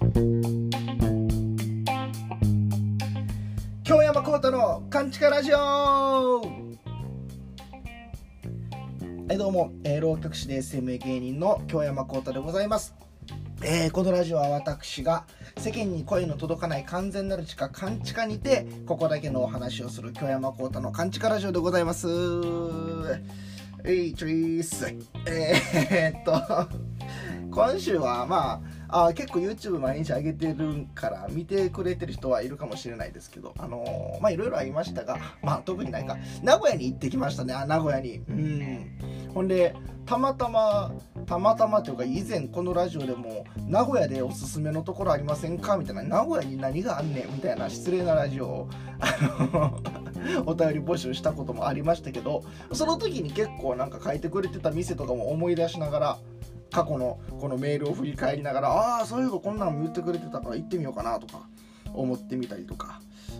京山幸太のカンチカラジオ。どうも、浪曲師で SMA 芸人の京山幸太でございます。このラジオは私が世間に声の届かない完全なる地下カンチカにてここだけのお話をする京山幸太のカンチカラジオでございます。チョイス。今週は結構 YouTube 毎日上げてるから見てくれてる人はいるかもしれないですけど、いろいろありましたが、特にないか。名古屋に行ってきましたね。名古屋に。ほんでたまたまというか、以前このラジオでも名古屋でおすすめのところありませんかみたいな、名古屋に何があんねんみたいな失礼なラジオをお便り募集したこともありましたけど、その時に結構なんか書いてくれてた店とかも思い出しながら、過去のこのメールを振り返りながら、そういえばこんなの言ってくれてたから行ってみようかなとか思ってみたりとか、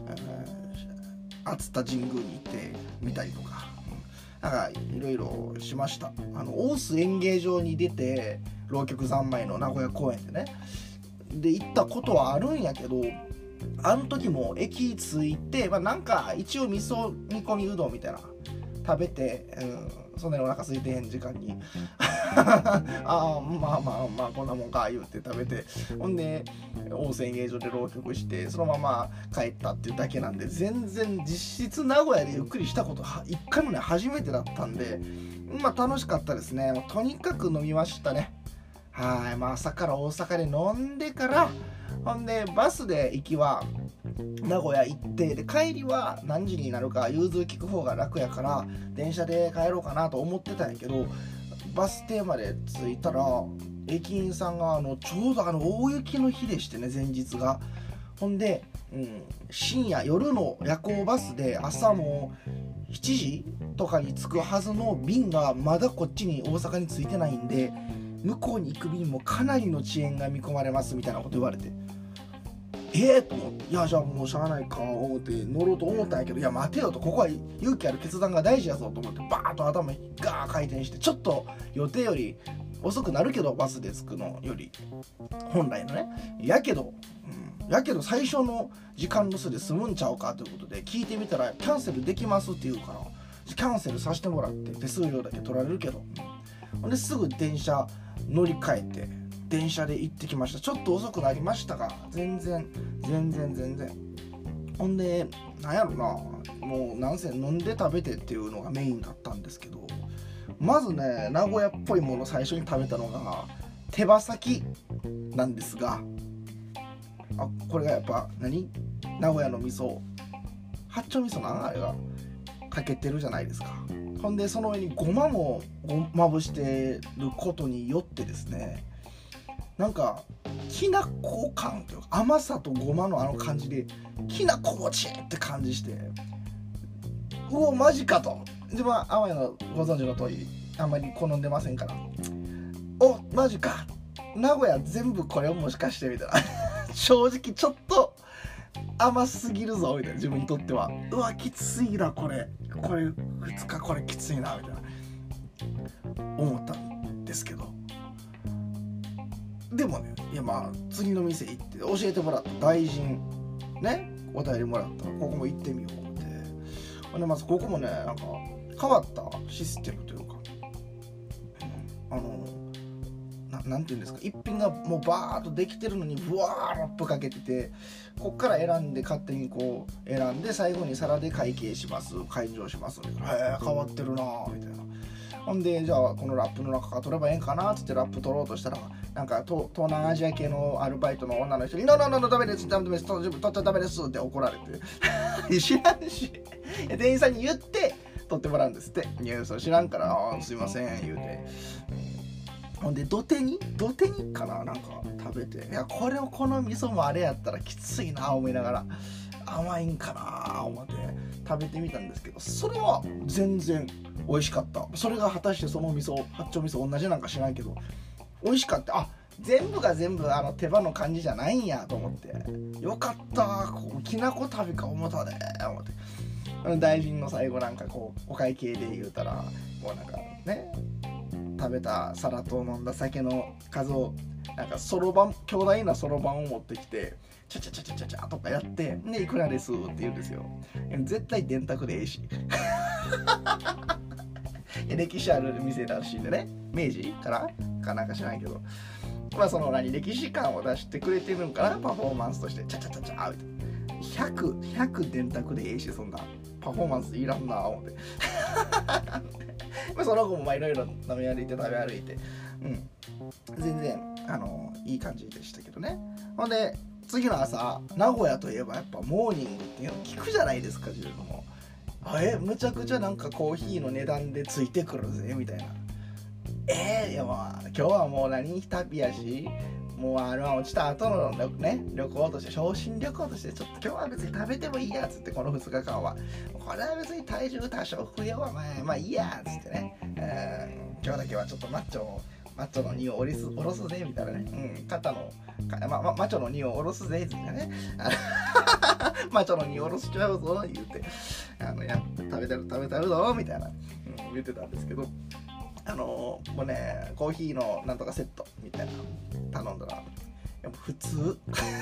熱田神宮に行ってみたりとか、なんかいろいろしました。大須演芸場に出て、浪曲三昧の名古屋公演でね、で行ったことはあるんやけど、あの時も駅着いて、なんか一応味噌煮込みうどんみたいな食べて、そんなにお腹空いてへん時間にこんなもんか言うて食べて、ほんで大須演芸場で浪曲して、そのまま帰ったっていうだけなんで、全然実質名古屋でゆっくりしたこと一回もね、初めてだったんで、楽しかったですね。もうとにかく飲みましたね。朝から大阪で飲んでから、ほんでバスで行きは名古屋行って、で帰りは何時になるか融通聞く方が楽やから電車で帰ろうかなと思ってたんやけど、バス停まで着いたら駅員さんがちょうど大雪の日でしてね、前日が。ほんで、深夜夜の夜行バスで朝も7時とかに着くはずの便がまだこっちに大阪に着いてないんで、向こうに行く便もかなりの遅延が見込まれますみたいなこと言われて、と思って、じゃあもうしゃあないか思って乗ろうと思ったんやけど、待てよと、ここは勇気ある決断が大事やぞと思って、バーッと頭ガー回転して、ちょっと予定より遅くなるけど、バスで着くのより本来のね、やけど最初の時間ロスで済むんちゃうかということで聞いてみたら、キャンセルできますって言うから、キャンセルさせてもらって、手数料だけ取られるけど、ほんですぐ電車乗り換えて電車で行ってきました。ちょっと遅くなりましたが、全然。ほんでなんやろな、もうなんせ飲んで食べてっていうのがメインだったんですけど、まずね、名古屋っぽいものを最初に食べたのが手羽先なんですが、これがやっぱ名古屋の味噌、八丁味噌な、あれがかけてるじゃないですか。ほんでその上にごまもまぶしてることによってですね、なんかきなこ感というか、甘さとごまの感じできなこ餅って感じして、マジかと。自分は甘いのご存知の通りあんまり好んでませんから、マジか、名古屋全部これをもしかしてみたいな正直ちょっと甘すぎるぞみたいな、自分にとっては。きついなこれ2日これきついなみたいな思ったんですけど、でもね、次の店行って教えてもらった大臣ね、お便りもらったら、ここも行ってみようって。でまずここもね、なんか変わったシステムというか、なんていうんですか、一品がもうバーッとできてるのにブワーラップかけてて、こっから選んで勝手にこう選んで、最後に皿で会計します、会場しますみたいな。変わってるなみたいな。ほんでじゃあこのラップの中から取ればええんかなっつってラップ取ろうとしたら、なんか東南アジア系のアルバイトの女の人に「ノーダメですダメです、取っちゃダメです」って怒られて知らんし、店員さんに言って取ってもらうんですって。いや、それ知らんから「すいません」言うて、ほんで土手にかな、なんか食べて、この味噌もあれやったらきついな思いながら、甘いんかな思って食べてみたんですけど、それは全然美味しかった。それが果たしてその味噌、八丁味噌同じなんか知らんけど美味しかった。全部が全部手羽の感じじゃないんやと思って、よかった。きなこ旅か思ったで思って、大臣の最後なんかこうお会計で言うたら、こうなんかね、食べた皿と飲んだ酒の数をなんかそろばん、巨大なそろばんを持ってきてチャチャチャチャチャチャとかやってでいくらですって言うんですよ。絶対電卓でええし歴史ある店らしいんでね、明治からかなんか知らんけど、まあその歴史観を出してくれてるんかな、パフォーマンスとしてチャチャチャチャ100電卓でええし、そんなパフォーマンスいらんな思ってまあその後もいろいろ飲み歩いて食べ歩いて、全然いい感じでしたけどね。ほんで次の朝、名古屋といえばやっぱモーニングっていうの聞くじゃないですか、自分も。むちゃくちゃなんかコーヒーの値段でついてくるぜみたいな。いやまあ今日はもう旅やし、もう落ちた後のね旅行として、昇進旅行としてちょっと今日は別に食べてもいいやつって、この2日間はこれは別に体重多少増えようはまあいいやつってね、今日だけはちょっとマッチョの荷を下ろすぜみたいなね、肩のマッチョの荷を下ろすぜみたいなねマッチョの荷を下ろしちゃうぞ言って食べたるぞみたいな、言ってたんですけど、もうねコーヒーのなんとかセットみたいな頼んだらやっぱ普通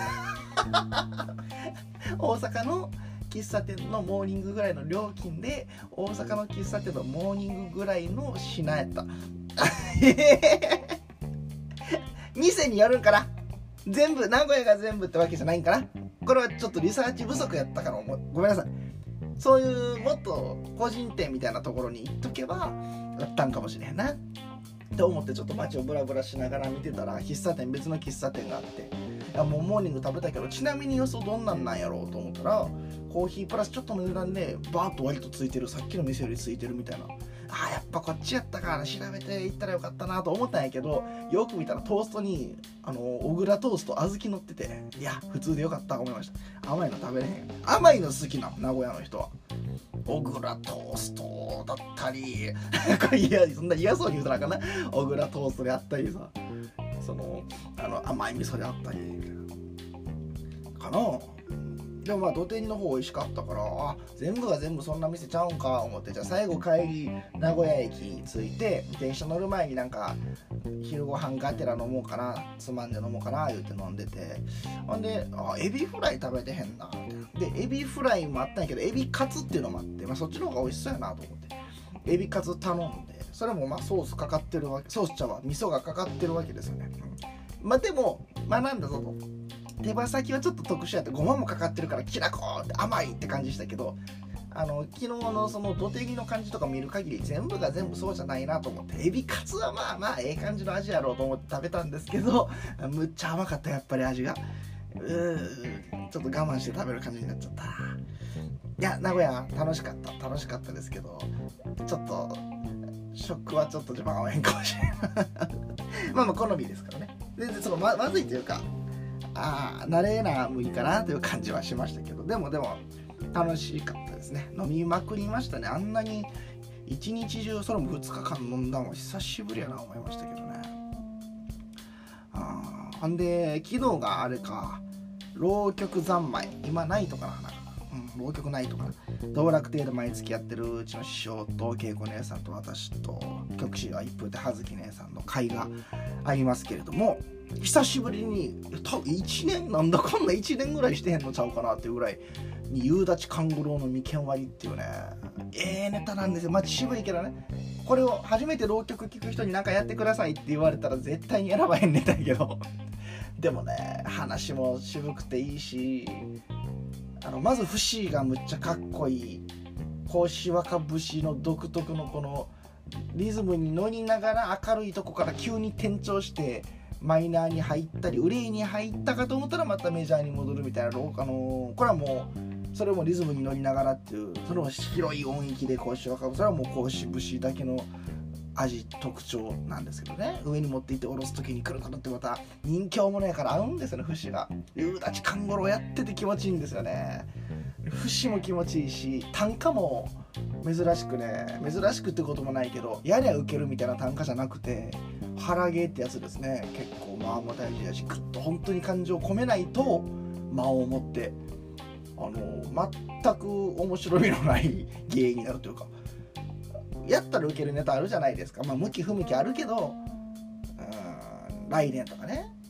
大阪の喫茶店のモーニングぐらいの料金で、大阪の喫茶店のモーニングぐらいの品やった店によるんかな、全部名古屋が全部ってわけじゃないんかな。これはちょっとリサーチ不足やったからごめんなさい。そういうもっと個人店みたいなところに行っとけばだったんかもしれへんなって思って、ちょっと街をブラブラしながら見てたら別の喫茶店があって、いやもうモーニング食べたけど、ちなみに予想どんなんやろうと思ったら、コーヒープラスちょっとの値段でバーッと割とついてる、さっきの店よりついてるみたいな。やっぱこっちやったから調べていったらよかったなと思ったんやけど、よく見たらトーストに小倉トースト小豆乗ってて、いや普通でよかったと思いました。甘いの食べれへん。甘いの好きな名古屋の人は小倉トーストだったりいやそんな嫌そうに言うたらあかんな、小倉トーストであったりさ、甘い味噌であったりかな。でも土手の方美味しかったから、全部が全部そんな店ちゃうんか思って、じゃあ最後帰り名古屋駅に着いて、電車乗る前になんか昼ご飯がてら飲もうかな、つまんで飲もうかな言って飲んでて、ほんでエビフライ食べてへんなで、エビフライもあったんやけどエビカツっていうのもあって、そっちの方が美味しそうやなと思ってエビカツ頼んで、それもソースかかってるわけ、ソース茶は味噌がかかってるわけですよね。でも学んだぞと、手羽先はちょっと特殊やって、ごまもかかってるからきなこって甘いって感じしたけど、昨日のその土手着の感じとか見る限り全部が全部そうじゃないなと思って、エビカツはまあええ感じの味やろうと思って食べたんですけど、むっちゃ甘かった、やっぱり味がちょっと我慢して食べる感じになっちゃった。いや名古屋楽しかったですけど、ちょっと食はちょっと自慢合わへんかもしれないまあ好みですからね。全然まずいというか、慣れな無理かなという感じはしましたけど、でも楽しかったですね。飲みまくりましたね。あんなに一日中、それも2日間飲んだのも久しぶりやな思いましたけどね。ほんで昨日があれか、浪曲三昧、今ないとかな、浪曲ないとか、道楽亭で毎月やってるうちの師匠と恵子姉さんと私と曲師は一風で葉月姉さんの会がありますけれども、久しぶりに多分1年なんだかんだ1年ぐらいしてへんのちゃうかなっていうぐらいに、夕立勘五郎の眉間割りっていうね、ネタなんですよ。渋いけどね、これを初めて浪曲聴く人に何かやってくださいって言われたら絶対に選ばへんネタやけどでもね、話も渋くていいし、まず節がむっちゃかっこいい、甲子若節の独特のこのリズムに乗りながら明るいとこから急に転調してマイナーに入ったり憂いに入ったかと思ったらまたメジャーに戻るみたいな、これはもうそれもリズムに乗りながらっていう、それも広い音域で甲子若節、それはもう甲子節だけの味特徴なんですけどね、上に持っていって下ろす時にくるくるってまた人形もねから合うんですよね。節が夕立勘五郎やってて気持ちいいんですよね。節も気持ちいいし、短歌も珍しくってこともないけど、やりゃウケるみたいな短歌じゃなくて腹芸ってやつですね。結構間も大事だし、グッと本当に感情を込めないと間を持って全く面白みのない芸になるというか、やったらウケるネタあるじゃないですか。向き不向きあるけど、来年とかね、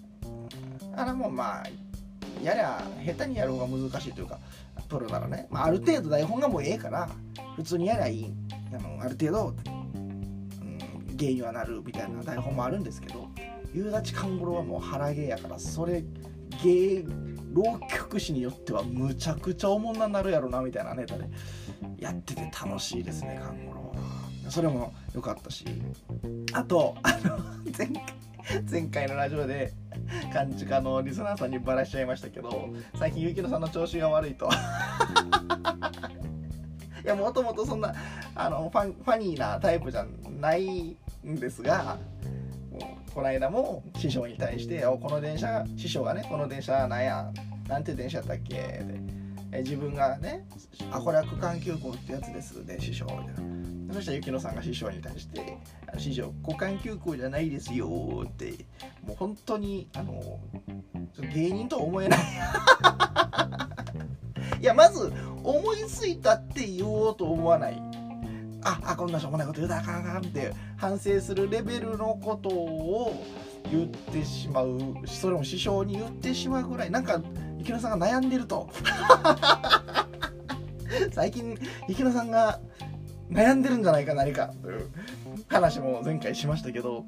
もうまあやりゃ下手にやる方が難しいというか、プロならね、ある程度台本がもうええから普通にやりゃいい、ある程度、芸にはなるみたいな台本もあるんですけど、夕立勘五郎はもう腹芸やから、それ芸浪曲師によってはむちゃくちゃおもんななるやろなみたいなネタでやってて楽しいですね、勘五郎は。それも良かったし、あと前回のラジオでカンチカのリスナーさんにバラしちゃいましたけど、最近ゆきのさんの調子が悪いといや、もともとそんなファニーなタイプじゃないんですが、この間も師匠に対して師匠がね、この電車なんて電車だっけで、自分がね、これは区間急行ってやつですで師匠みたいな。そしたらゆきのさんが師匠に対して師匠区間急行じゃないですよって、もう本当に芸人とは思えないいや、まず思いついたって言おうと思わない、こんなしょうもないこと言うたらあかんあかんって反省するレベルのことを言ってしまう、それも師匠に言ってしまうぐらい、なんかゆきのさんが悩んでると最近ゆきのさんが悩んでるんじゃないか何かという話も前回しましたけど、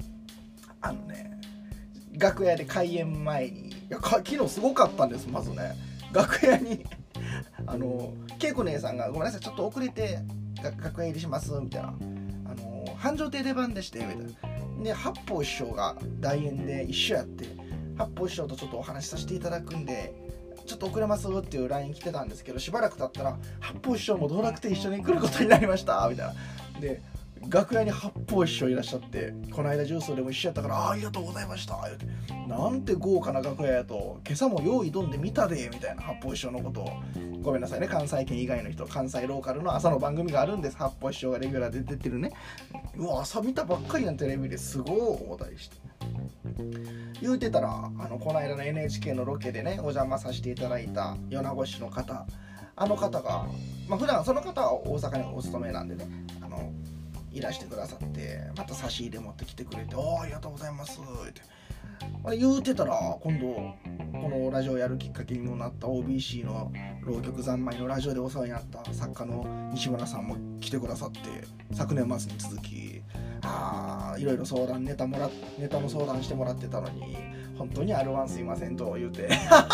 楽屋で開演前に昨日すごかったんです。まずね、楽屋に恵子姉さんがごめんなさいちょっと遅れて楽屋入りしますみたいな、繁盛亭出番でしてみたいなで、八方師匠が大演で一緒やって、八方師匠とちょっとお話しさせていただくんでちょっと遅れますっていう LINE 来てたんですけど、しばらく経ったら八方師匠も道楽亭一緒に来ることになりましたみたいなで、楽屋に八方師匠いらっしゃって、この間ジュースでも一緒やったからありがとうございましたって、なんて豪華な楽屋やと、今朝も用意どんで見たでみたいな、八方師匠のことを、ごめんなさいね関西圏以外の人、関西ローカルの朝の番組があるんです、八方師匠がレギュラーで出てるね、うわ朝見たばっかりなんてレビューですごい思ったりして言うてたら、この間の NHK のロケでねお邪魔させていただいた米子市の方、方が、普段その方は大阪にお勤めなんでね、いらしてくださって、また差し入れ持ってきてくれて、ありがとうございますって言うてたら、今度このラジオやるきっかけにもなった OBC の浪曲三昧のラジオでお世話になった作家の西村さんも来てくださって、昨年末に続きいろいろネタの相談してもらってたのに、本当に R1 すいませんと言うて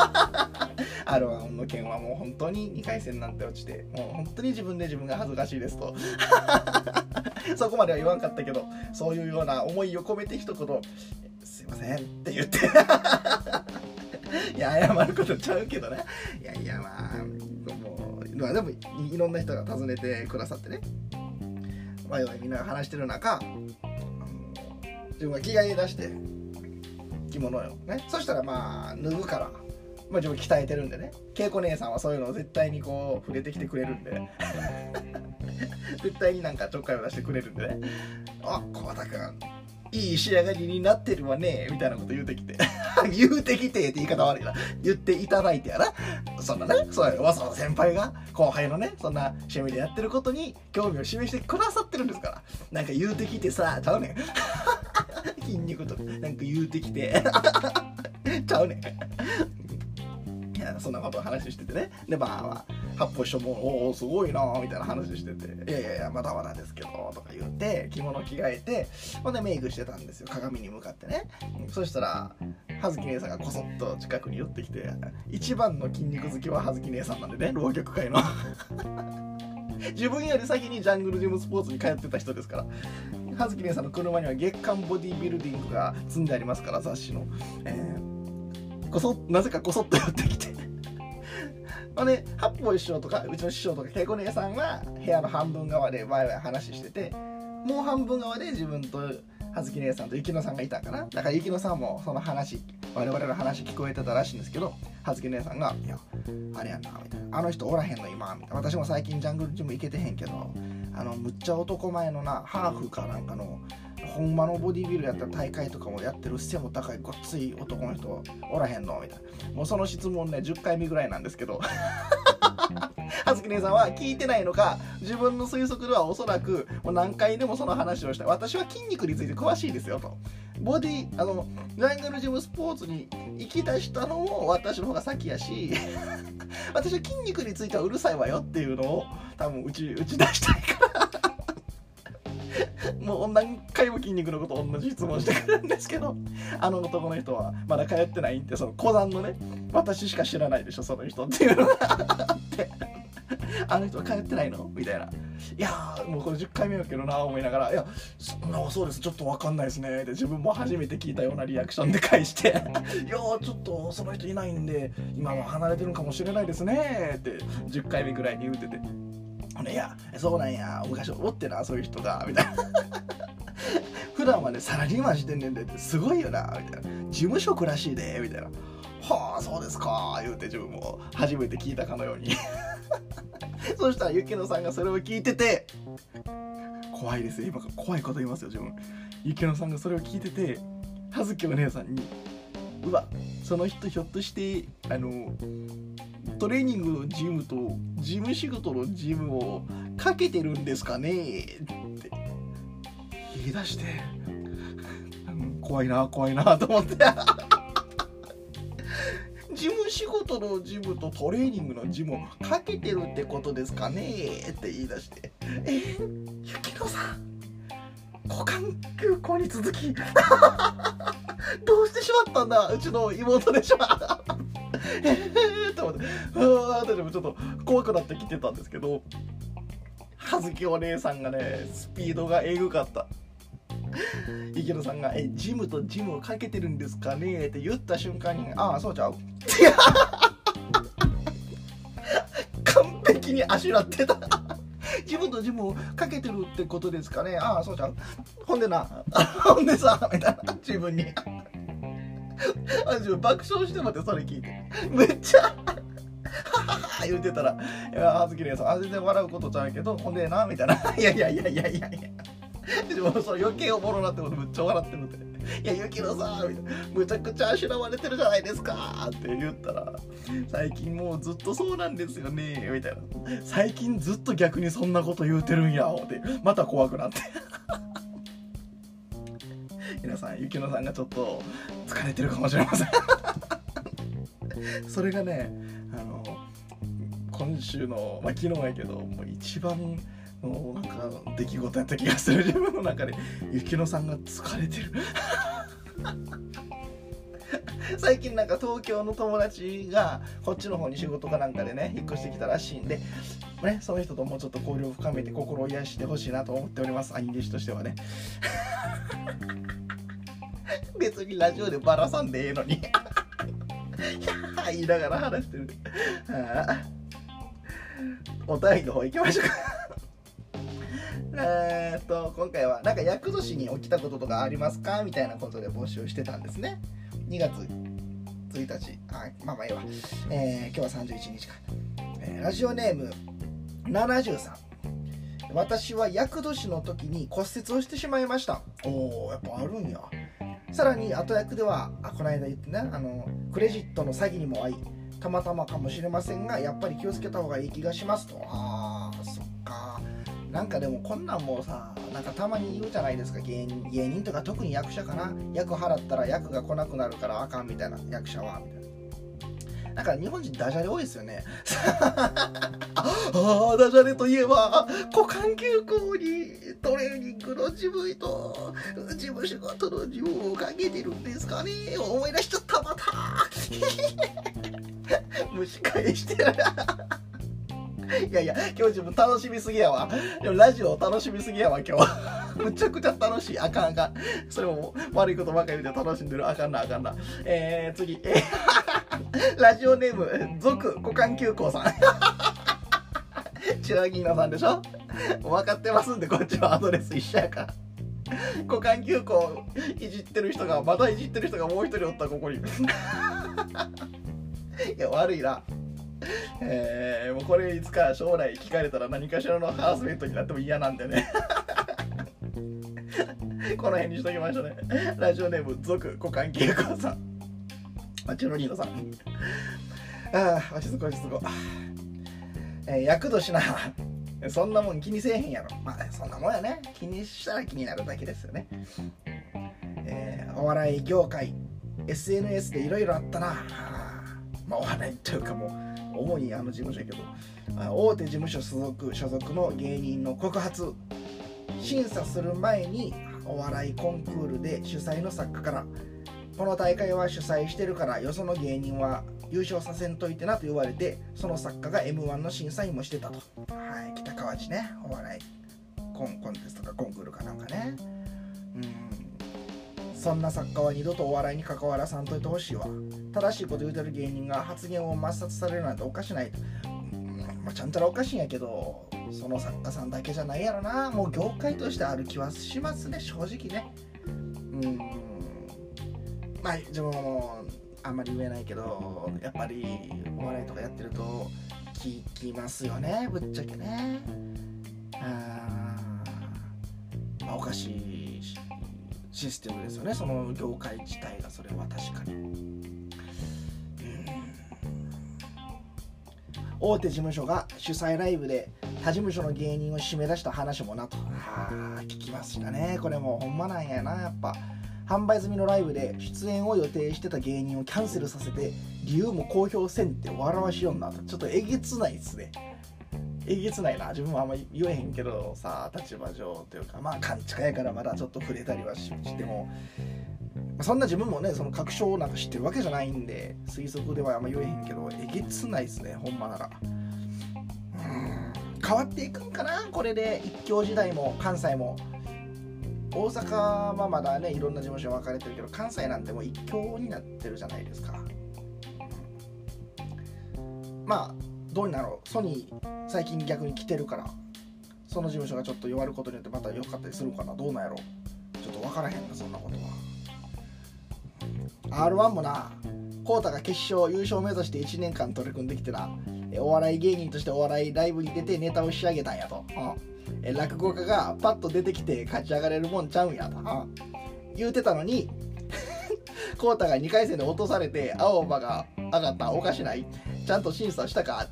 R1 の件はもう本当に2回戦なんて落ちて、もう本当に自分が恥ずかしいですとそこまでは言わんかったけど、そういうような思いを込めて一言すいませんって言っていや謝ることちゃうけどね、でもいろんな人が訪ねてくださってね、ワイワイみんなが話してる中、自分が着替え出して着物よね、そしたら脱ぐから、自分鍛えてるんでね、恵子姉さんはそういうのを絶対にこう触れてきてくれるんで絶対になんかちょっかいを出してくれるんでね、小田君いい仕上がりになってるわねみたいなこと言うてきて言うてきてって言い方悪いな、言っていただいてやな、そんなね、そうやわざわざ先輩が後輩のねそんな趣味でやってることに興味を示してくださってるんですから、なんか言うてきてさちゃうねん筋肉とかなんか言うてきてちゃうねんいやそんなことを話しててね、で八方師匠もすごいなみたいな話してて、いやまだまだですけどとか言って着物着替えて、ほんでメイクしてたんですよ、鏡に向かってね、そしたら葉月姉さんがこそっと近くに寄ってきて、一番の筋肉好きは葉月姉さんなんでね、浪曲界の自分より先にジャングルジムスポーツに通ってた人ですから、葉月姉さんの車には月刊ボディビルディングが積んでありますから、雑誌の、なぜかこそっと寄ってきて八方師匠とかうちの師匠とか恵子姉さんは部屋の半分側でワイワイ話してて、もう半分側で自分と葉月姉さんと雪乃さんがいたんかな、だから雪乃さんもその話、我々の話聞こえてたらしいんですけど、葉月姉さんが「いやあれやな」みたいな「あの人おらへんの今」みたいな「私も最近ジャングルジム行けてへんけどむっちゃ男前のなハーフかなんかのほんまのボディビルやったら大会とかもやってる背も高いごっつい男の人おらへんの?」みたいな、もうその質問ね10回目ぐらいなんですけど葉月姉さんは聞いてないのか、自分の推測ではおそらくもう何回でもその話をした、私は筋肉について詳しいですよと、 ボディジャングルジムスポーツに行き出したのも私の方が先やし私は筋肉についてはうるさいわよっていうのを多分打ち出したいからもう何回も筋肉のこと同じ質問してくるんですけど、あの男の人はまだ通ってないんで、その小山のね、私しか知らないでしょその人っていうのがあってあの人は通ってないのみたいな。いやーもうこれ10回目やけどな思いながら、いやそうですちょっと分かんないですねって自分も初めて聞いたようなリアクションで返していやーちょっとその人いないんで今は離れてるかもしれないですねって10回目ぐらいに言うてて、いやそうなんや昔おってなそういう人がみたいな普段はねサラリーマンしてんねんでってすごいよなみたいな、事務職らしいでみたいな、はあそうですか言うて自分も初めて聞いたかのようにそしたらゆきのさんがそれを聞いてて、怖いですよ今怖いこと言いますよ自分。ゆきのさんがそれを聞いてて、はずきお姉さんに、うわその人ひょっとしてトレーニングのジムと事務仕事のジムをかけてるんですかねって言い出して怖いなと思って事務仕事のジムとトレーニングのジムをかけてるってことですかねって言い出して、ゆきのさん股間休校に続きどうしてしまったんだうちの妹でしょって思って私もちょっと怖くなってきてたんですけど、はずきお姉さんがねスピードがエグかった。池野さんがジムとジムをかけてるんですかねって言った瞬間に、ああそうちゃう完璧にあしらってたジムとジムをかけてるってことですかね、ああそうちゃう、ほんでさみたいな、自分に自分爆笑してまってそれ聞いてめっちゃははは言ってたら、いやはずき姉さん全然笑うことじゃないけどほんでなみたいな、いやでもそれ余計おもろなってことめっちゃ笑ってるんで、いやゆきのさみたいな、むちゃくちゃあしらわれてるじゃないですかって言ったら、最近もうずっとそうなんですよねみたいな、最近ずっと逆にそんなこと言うてるんやってまた怖くなって皆さんゆきのさんがちょっと疲れてるかもしれませんそれがね今週の、昨日やけどもう一番のなんか出来事やった気がする、自分の中で。ゆきのさんが疲れてる最近なんか東京の友達がこっちの方に仕事かなんかでね引っ越してきたらしいんで、ね、その人ともうちょっと交流を深めて心を癒してほしいなと思っております。兄弟子としてはね別にラジオでバラさんでええのに言いながら話してるお便りの方行きましょうか今回はなんか厄年に起きたこととかありますかみたいなことで募集してたんですね。2月1日まあいいわ、今日は31日か、ラジオネーム73、私は厄年の時に骨折をしてしまいました。おーやっぱあるんや。さらに後役ではこの間言ってねクレジットの詐欺にも遭い、たまたまかもしれませんがやっぱり気をつけた方がいい気がしますと。そっか。なんかでもこんなんもうさ、なんかたまに言うじゃないですか、芸人とか特に役者かな、役払ったら役が来なくなるからあかんみたいな、役者はみたいな。なんか日本人ダジャレ多いですよねダジャレといえば股間休校にトレーニングのジムと事務仕事のジムをかけてるんですかね、思い出しちゃったまた蒸し返してるいや今日自分楽しみすぎやわ。でもラジオ楽しみすぎやわ今日むちゃくちゃ楽しい。あかんそれも悪いことばかりで楽しんでる。あかんな次ラジオネーム続股間休校さん白木稲さんでしょ。分かってますんでこっちはアドレス一緒やから股間休校いじってる人がまたいじってる人がもう一人おったここにいや悪いな。もうこれいつか将来聞かれたら何かしらのハラスメントになっても嫌なんでねこの辺にしときましょうね。ラジオネーム続股間休校さん、チュロニーノさん落ち着こう厄年なそんなもん気にせえへんやろ。そんなもんやね。気にしたら気になるだけですよね。 お笑い業界 SNS でいろいろあったな。お笑いというかもう主に事務所やけど、大手事務所所属の芸人の告発、審査する前にお笑いコンクールで主催の作家から、この大会は主催してるからよその芸人は優勝させんといてなと言われて、その作家が M1 の審査員もしてたと。北川内ね、お笑いコンテストかコンクールかなんかね。そんな作家は二度とお笑いに関わらさんといてほしいわ。正しいこと言うてる芸人が発言を抹殺されるなんておかしない。ちゃんとおかしいんやけど、その作家さんだけじゃないやろな。もう業界としてある気はしますね、正直ね。自分もあんまり言えないけど、やっぱりお笑いとかやってると聞きますよね、ぶっちゃけね。おかしいシステムですよね、その業界自体が。それは確かに。大手事務所が主催ライブで他事務所の芸人を締め出した話もなと。聞きましたね。これもほんまなんやな。やっぱ販売済みのライブで出演を予定してた芸人をキャンセルさせて理由も公表せんって笑わしよんなと。ちょっとえげつないっすね。えげつないな。自分もあんまり言えへんけどさ、立場上というか勘違いやからまだちょっと触れたりはしても、そんな自分もねその確証なんか知ってるわけじゃないんで推測ではあんま言えへんけど、えげつないっすね、ほんまなら。変わっていくんかな、これで。一強時代も関西も。大阪はまだねいろんな事務所分かれてるけど、関西なんてもう一強になってるじゃないですか。どうになろう。ソニー最近逆に来てるから、その事務所がちょっと弱ることによってまた良かったりするかな。どうなんやろう、ちょっと分からへんな、そんなことは。 R1 もな、コウタが決勝優勝目指して1年間取り組んできてな、お笑い芸人としてお笑いライブに出てネタを仕上げたんやと。落語家がパッと出てきて勝ち上がれるもんちゃうんやと言うてたのにコウタが2回戦で落とされて青葉が上がった。おかしない？ちゃんと審査したかって。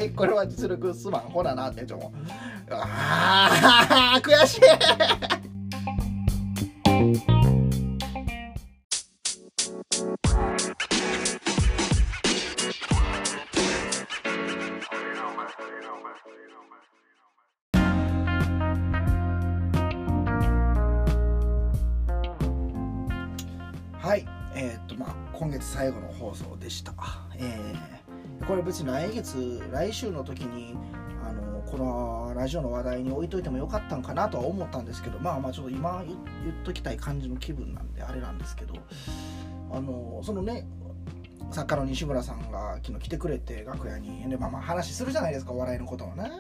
これは実力すまん、ほらなって。悔しいはい、今月最後の放送でした。これ別に来週の時にこのラジオの話題に置いといてもよかったんかなとは思ったんですけど、ちょっと今言っときたい感じの気分なんであれなんですけど、そのね作家の西村さんが昨日来てくれて楽屋にで、話するじゃないですか、お笑いのことをね。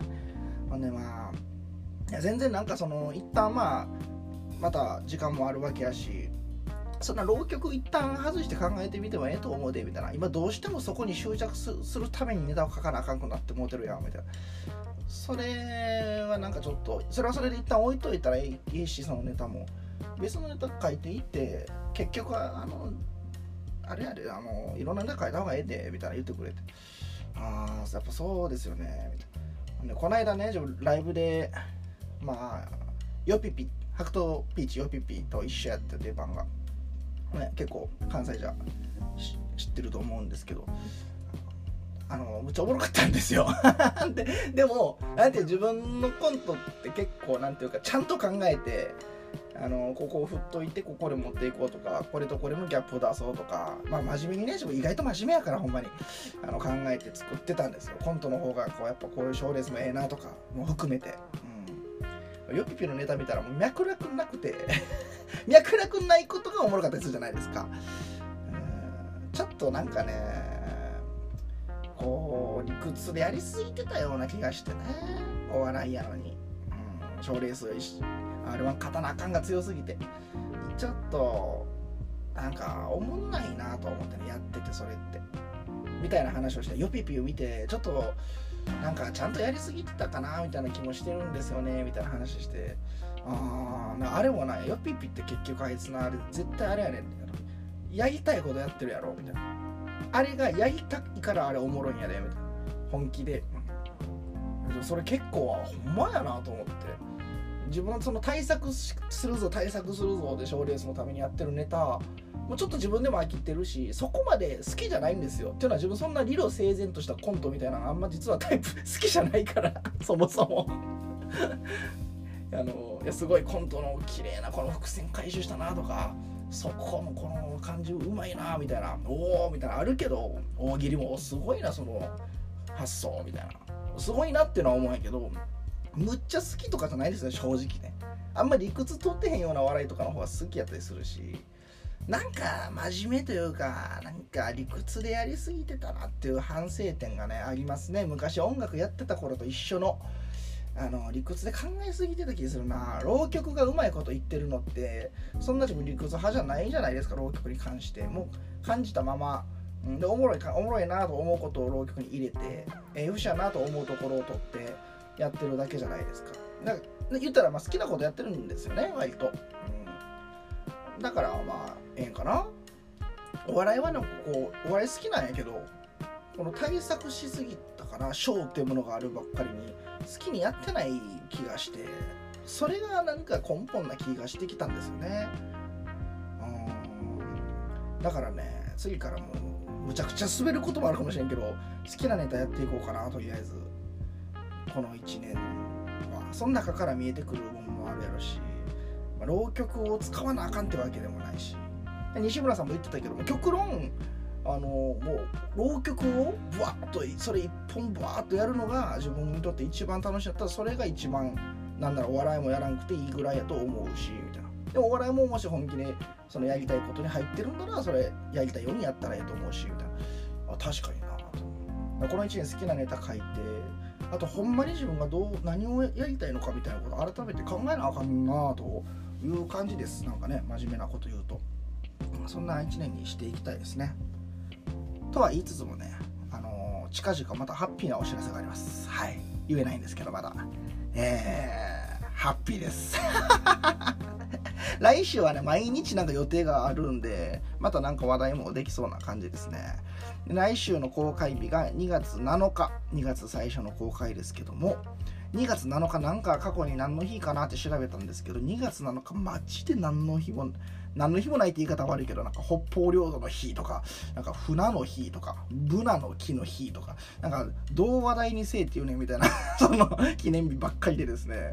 全然なんか一旦また時間もあるわけやし、そんな浪曲一旦外して考えてみてもええと思うでみたいな。今どうしてもそこに執着するためにネタを書かなあかんくなってもうてるやんみたいな。それはなんかちょっとそれはそれで一旦置いといたらいいし、そのネタも別のネタ書いていって結局はあれやでいろんなネタ書いた方がええでみたいな言ってくれて、やっぱそうですよねみたいな。この間ねライブでヨピピ白桃ピーチヨピピと一緒やって出番が結構関西じゃ知ってると思うんですけど、むっちゃおもろかったんですよでもなんて自分のコントって結構なんていうかちゃんと考えてここを振っといてここで持っていこうとか、これとこれのギャップを出そうとか、真面目にね、自分意外と真面目やからほんまに考えて作ってたんですよ。コントの方がやっぱこういう賞レースもええなとかも含めて、ヨピピのネタ見たらもう脈絡なくて脈絡ないことがおもろかったりするじゃないですか。ちょっとなんかね理屈でやりすぎてたような気がしてね、お笑いやのに。賞レースR1勝たなあかんが強すぎてちょっとなんかおもんないなと思ってね、やっててそれってみたいな話をして、ヨピピを見てちょっとなんかちゃんとやりすぎてたかなみたいな気もしてるんですよねみたいな話して、あれもない、ヨピピって結局あいつのあれ絶対あれやねん、やりたいことやってるやろみたいな、あれがやりたいからあれおもろいんやでみたいな、本気で、それ結構ほんまやなと思って、 自分その対策するぞで賞レースのためにやってるネタもうちょっと自分でも飽きてるし、そこまで好きじゃないんですよ。っていうのは自分そんな理路整然としたコントみたいなのあんま実はタイプ好きじゃないからそもそもいやすごいコントの綺麗なこの伏線回収したなとか、そこのこの感じうまいなみたいな、おおみたいなあるけど、大喜利もすごいなその発想みたいな、すごいなっていうのは思うんやけど、むっちゃ好きとかじゃないですね正直ね。あんまり理屈取ってへんような笑いとかの方が好きやったりするし、なんか真面目というか、なんか理屈でやりすぎてたなっていう反省点がねありますね。昔音楽やってた頃と一緒の理屈で考えすぎてた気がするな。浪曲がうまいこと言ってるのってそんな自分理屈派じゃないじゃないですか。浪曲に関してもう感じたままでおもろいなと思うことを浪曲に入れて、不思やなと思うところを取ってやってるだけじゃないですか。だから言ったらまあ好きなことやってるんですよね割と、だからまあええんかな。お笑いはなんかこうお笑い好きなんやけど、この対策しすぎたからショーっていうものがあるばっかりに好きにやってない気がして、それがなんか根本な気がしてきたんですよね。だからね次からもうむちゃくちゃ滑ることもあるかもしれんけど、好きなネタやっていこうかな。とりあえずこの1年はその中から見えてくるものもあるやろし、浪曲を使わなあかんってわけでもないし、西村さんも言ってたけども極論もう浪曲をブワッとそれ一本ブワッとやるのが自分にとって一番楽しかったら、それが一番なんだろう、お笑いもやらんくていいぐらいやと思うしみたいな。でもお笑いももし本気でそのやりたいことに入ってるんだらそれやりたいようにやったらいいと思うしみたいな。確かになと。この1年好きなネタ書いて、あとほんまに自分が何をやりたいのかみたいなことを改めて考えなあかんなという感じです。なんかね真面目なこと言うとそんな1年にしていきたいですね。とは言いつつもね、近々またハッピーなお知らせがあります。はい、言えないんですけどまだハッピーです来週はね毎日なんか予定があるんで、またなんか話題もできそうな感じですね。来週の公開日が2月7日、2月最初の公開ですけども、2月7日なんか過去に何の日かなって調べたんですけど、2月7日マジで何の日もないって言い方悪いけど、なんか北方領土の日とか、なんか船の日とかブナの木の日とか、なんかどう話題にせえっていうねみたいなその記念日ばっかりでですね、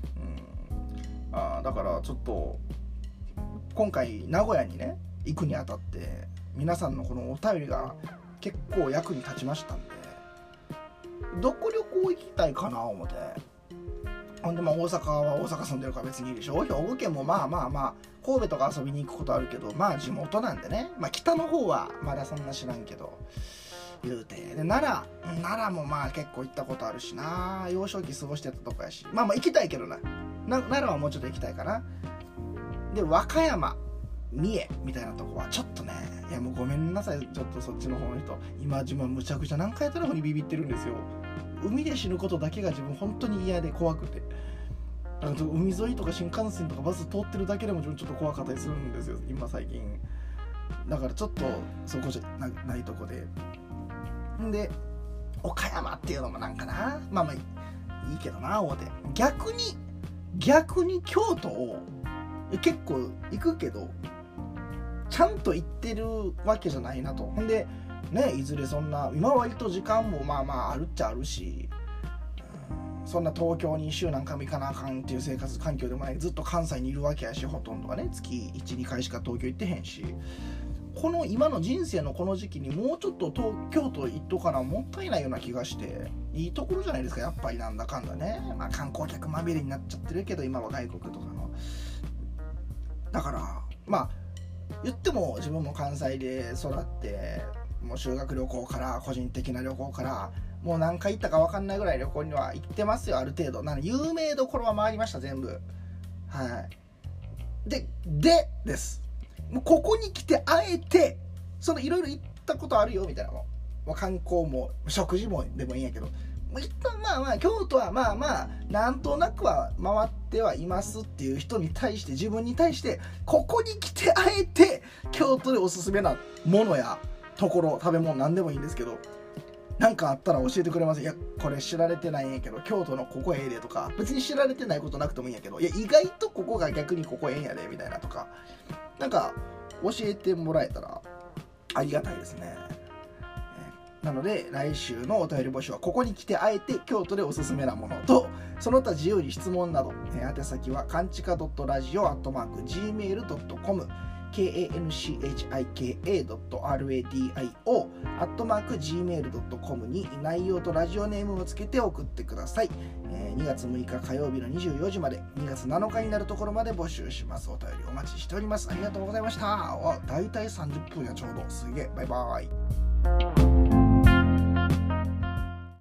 だからちょっと今回名古屋にね行くにあたって皆さんのこのお便りが結構役に立ちましたんで、どこ旅行行きたいかな思って、ほんで大阪は大阪住んでるから別にいいでしょ。兵庫県もまあ神戸とか遊びに行くことあるけど、まあ地元なんでね、北の方はまだそんな知らんけど言うて、で奈良もまあ結構行ったことあるしな、幼少期過ごしてたとこやし、まあ行きたいけど奈良はもうちょっと行きたいかな。で和歌山三重みたいなとこはちょっとね、いやもうごめんなさい、ちょっとそっちの方の人今自分むちゃくちゃ何回やったらにビビってるんですよ。海で死ぬことだけが自分本当に嫌で怖くて、海沿いとか新幹線とかバス通ってるだけでも自分ちょっと怖かったりするんですよ今最近。だからちょっとそこじゃないとこで、岡山っていうのもなんかな、まあいいけどな思って、逆に京都を結構行くけどちゃんと行ってるわけじゃないなと。ほんでね、いずれそんな今は割と時間もまああるっちゃあるし、そんな東京に週何回も行かなあかんっていう生活環境でもない、ずっと関西にいるわけやし、ほとんどがね月 1,2 回しか東京行ってへんし、この今の人生のこの時期にもうちょっと京都行っとかなもったいないような気がして、いいところじゃないですかやっぱりなんだかんだね。観光客まみれになっちゃってるけど今は外国とかの、だから言っても自分も関西で育って、もう修学旅行から個人的な旅行からもう何回行ったか分かんないぐらい旅行には行ってますよ。ある程度有名どころは回りました全部。はいですもうここに来てあえてそのいろいろ行ったことあるよみたいなの、観光も食事もでもいいんやけど、一旦京都はなんとなくは回ってはいますっていう人に対して、自分に対してここに来てあえて京都でおすすめなものやところ、食べ物なんでもいいんですけどなんかあったら教えてくれます。いやこれ知られてないんやけど京都のここええでとか、別に知られてないことなくてもいいんやけど、いや意外とここが逆にここええんやでみたいなとか、なんか教えてもらえたらありがたいですね。なので来週のお便り募集はここに来てあえて京都でおすすめなものと、その他自由に質問など、宛先はかんちか.radio@gmail.com kanchika.radio@gmail.com に内容とラジオネームをつけて送ってください。2月6日火曜日の24時まで、2月7日になるところまで募集します。お便りお待ちしております。ありがとうございました。だいたい30分やちょうど。すげえ。バイバイ。